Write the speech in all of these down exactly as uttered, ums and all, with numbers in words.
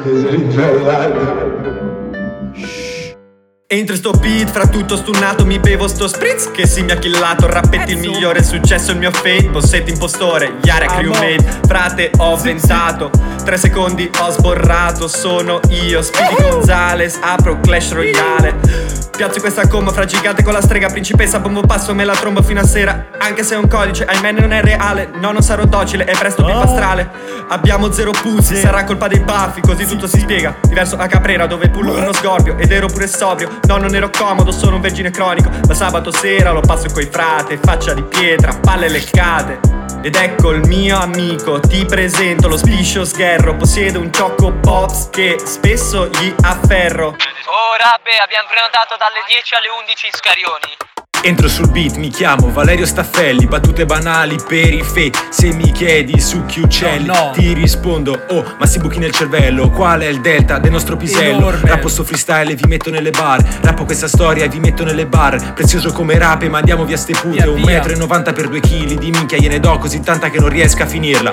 Entro sto beat, fra tutto stunnato mi bevo sto spritz che si mi ha killato. Rappetti il migliore, è successo il mio fate. Bossetto impostore, Yara crewmate. Frate ho ventato, tre secondi ho sborrato. Sono io, Speedy Gonzales, apro Clash Royale. Piazzo questa combo fra gigante con la strega principessa. Bombo passo me la trombo fino a sera. Anche se è un codice, ahimè non è reale. No, non sarò docile, è presto più astrale. Abbiamo zero puzzi, sarà colpa dei baffi. Così tutto si spiega. Diverso a Caprera dove pullo uno sgorbio. Ed ero pure sobrio. No, non ero comodo, sono un vergine cronico. Ma sabato sera lo passo coi frate. Faccia di pietra, palle leccate. Ed ecco il mio amico, ti presento lo spiscio sgherro. Possiede un Choco Pops che spesso gli afferro. Oh rabbe, abbiamo prenotato dalle dieci alle undici in Scarioni. Entro sul beat, mi chiamo Valerio Staffelli. Battute banali per i fake. Se mi chiedi su chi uccelli, no, no. ti rispondo, oh, ma si buchi nel cervello. Qual è il delta del nostro pisello? Enorme. Rappo sto freestyle e vi metto nelle bar. Rappo questa storia e vi metto nelle bar. Prezioso come rape, ma andiamo via ste pute. Via, un metro e novanta per due chili di minchia gliene do così tanta che non riesca a finirla.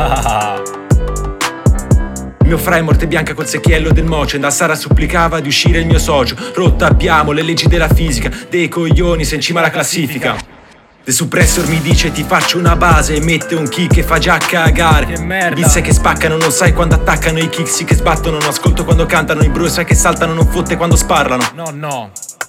Mio fra è morte bianca col secchiello del moce. Da Sara supplicava di uscire il mio socio. Rotta abbiamo le leggi della fisica. Dei coglioni sei in cima alla classifica. The Suppressor mi dice ti faccio una base e mette un kick e fa già cagare. Che merda. Beats che spaccano, non sai quando attaccano. I kick sì che sbattono, non ascolto quando cantano. I bro sai che saltano, non fotte quando sparlano. No, no.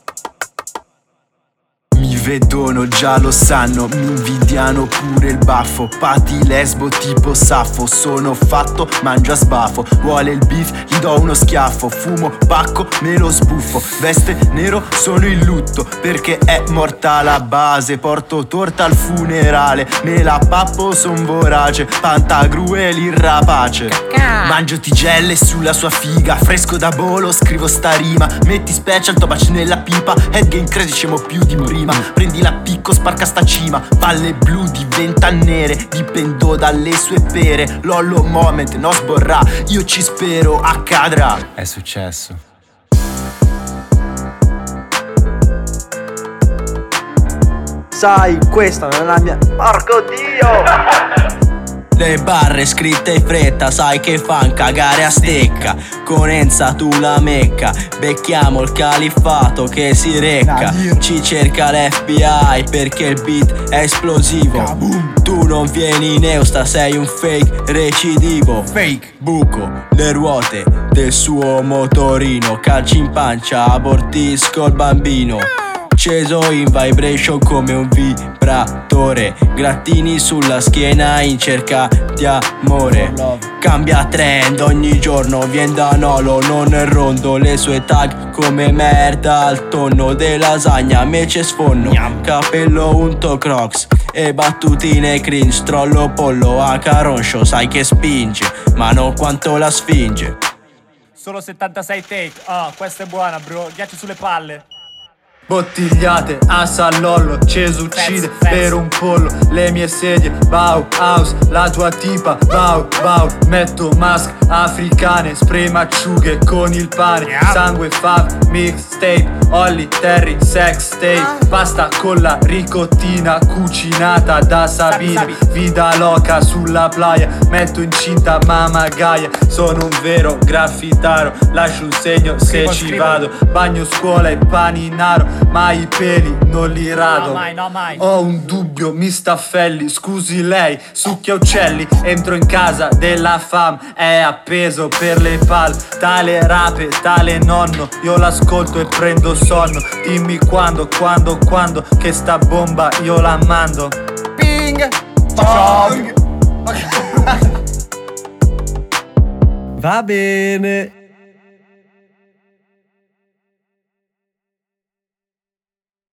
Mi vedono, già lo sanno, mi invidiano pure il baffo. Pati lesbo tipo Saffo, sono fatto, mangio a sbafo. Vuole il beef, gli do uno schiaffo. Fumo, pacco, me lo sbuffo. Veste nero, sono in lutto perché è morta la base. Porto torta al funerale, me la pappo, son vorace. Pantagru e l'irrapace. Mangio tigelle sulla sua figa, fresco da bolo, scrivo sta rima. Metti special, tobaci nella pipa. Headgame crazy, scemo più di prima. Prendi la picco, sparca sta cima. Palle blu diventa nere, dipendo dalle sue pere. Lollo moment, no sborrà, io ci spero accadrà. È successo. Sai, questa non è la mia... Porco Dio! Le barre scritte in fretta, sai che fan cagare a stecca. Con Enza tu la mecca, becchiamo il califfato che si recca. Ci cerca l'F B I perché il beat è esplosivo. Tu non vieni in Eusta, sei un fake recidivo. Fake buco le ruote del suo motorino. Calci in pancia, abortisco il bambino. Sceso in vibration come un vibratore. Grattini sulla schiena in cerca di amore. Cambia trend ogni giorno, vien da Nolo, non è rondo. Le sue tag come merda al tonno. De lasagna, mece sfonno. Capello unto Crocs e battutine cringe. Trollo pollo a caroncio, sai che spinge, ma non quanto la sfinge. Solo settantasei take. Ah, questa è buona bro, ghiaccio sulle palle. Bottigliate a Sallollo, Cesu uccide per un pollo. Le mie sedie, Bauhaus, la tua tipa, Bau, Bau. Metto mask africane, spray macciughe con il pane. Sangue, fav, mixtape, Olly, Terry, sex tape. Pasta con la ricottina, cucinata da Sabina. Vida loca sulla playa, metto incinta mamma Gaia. Sono un vero graffitaro, lascio un segno se ci vado. Bagno, scuola e paninaro, ma i peli non li rado. No mai, no mai. Ho un dubbio, mi staffelli, scusi lei, succhia uccelli. Entro in casa della fam, è appeso per le palle. Tale rape, tale nonno, io l'ascolto e prendo sonno. Dimmi quando, quando, quando, che sta bomba io la mando. Ping Pong. Va bene.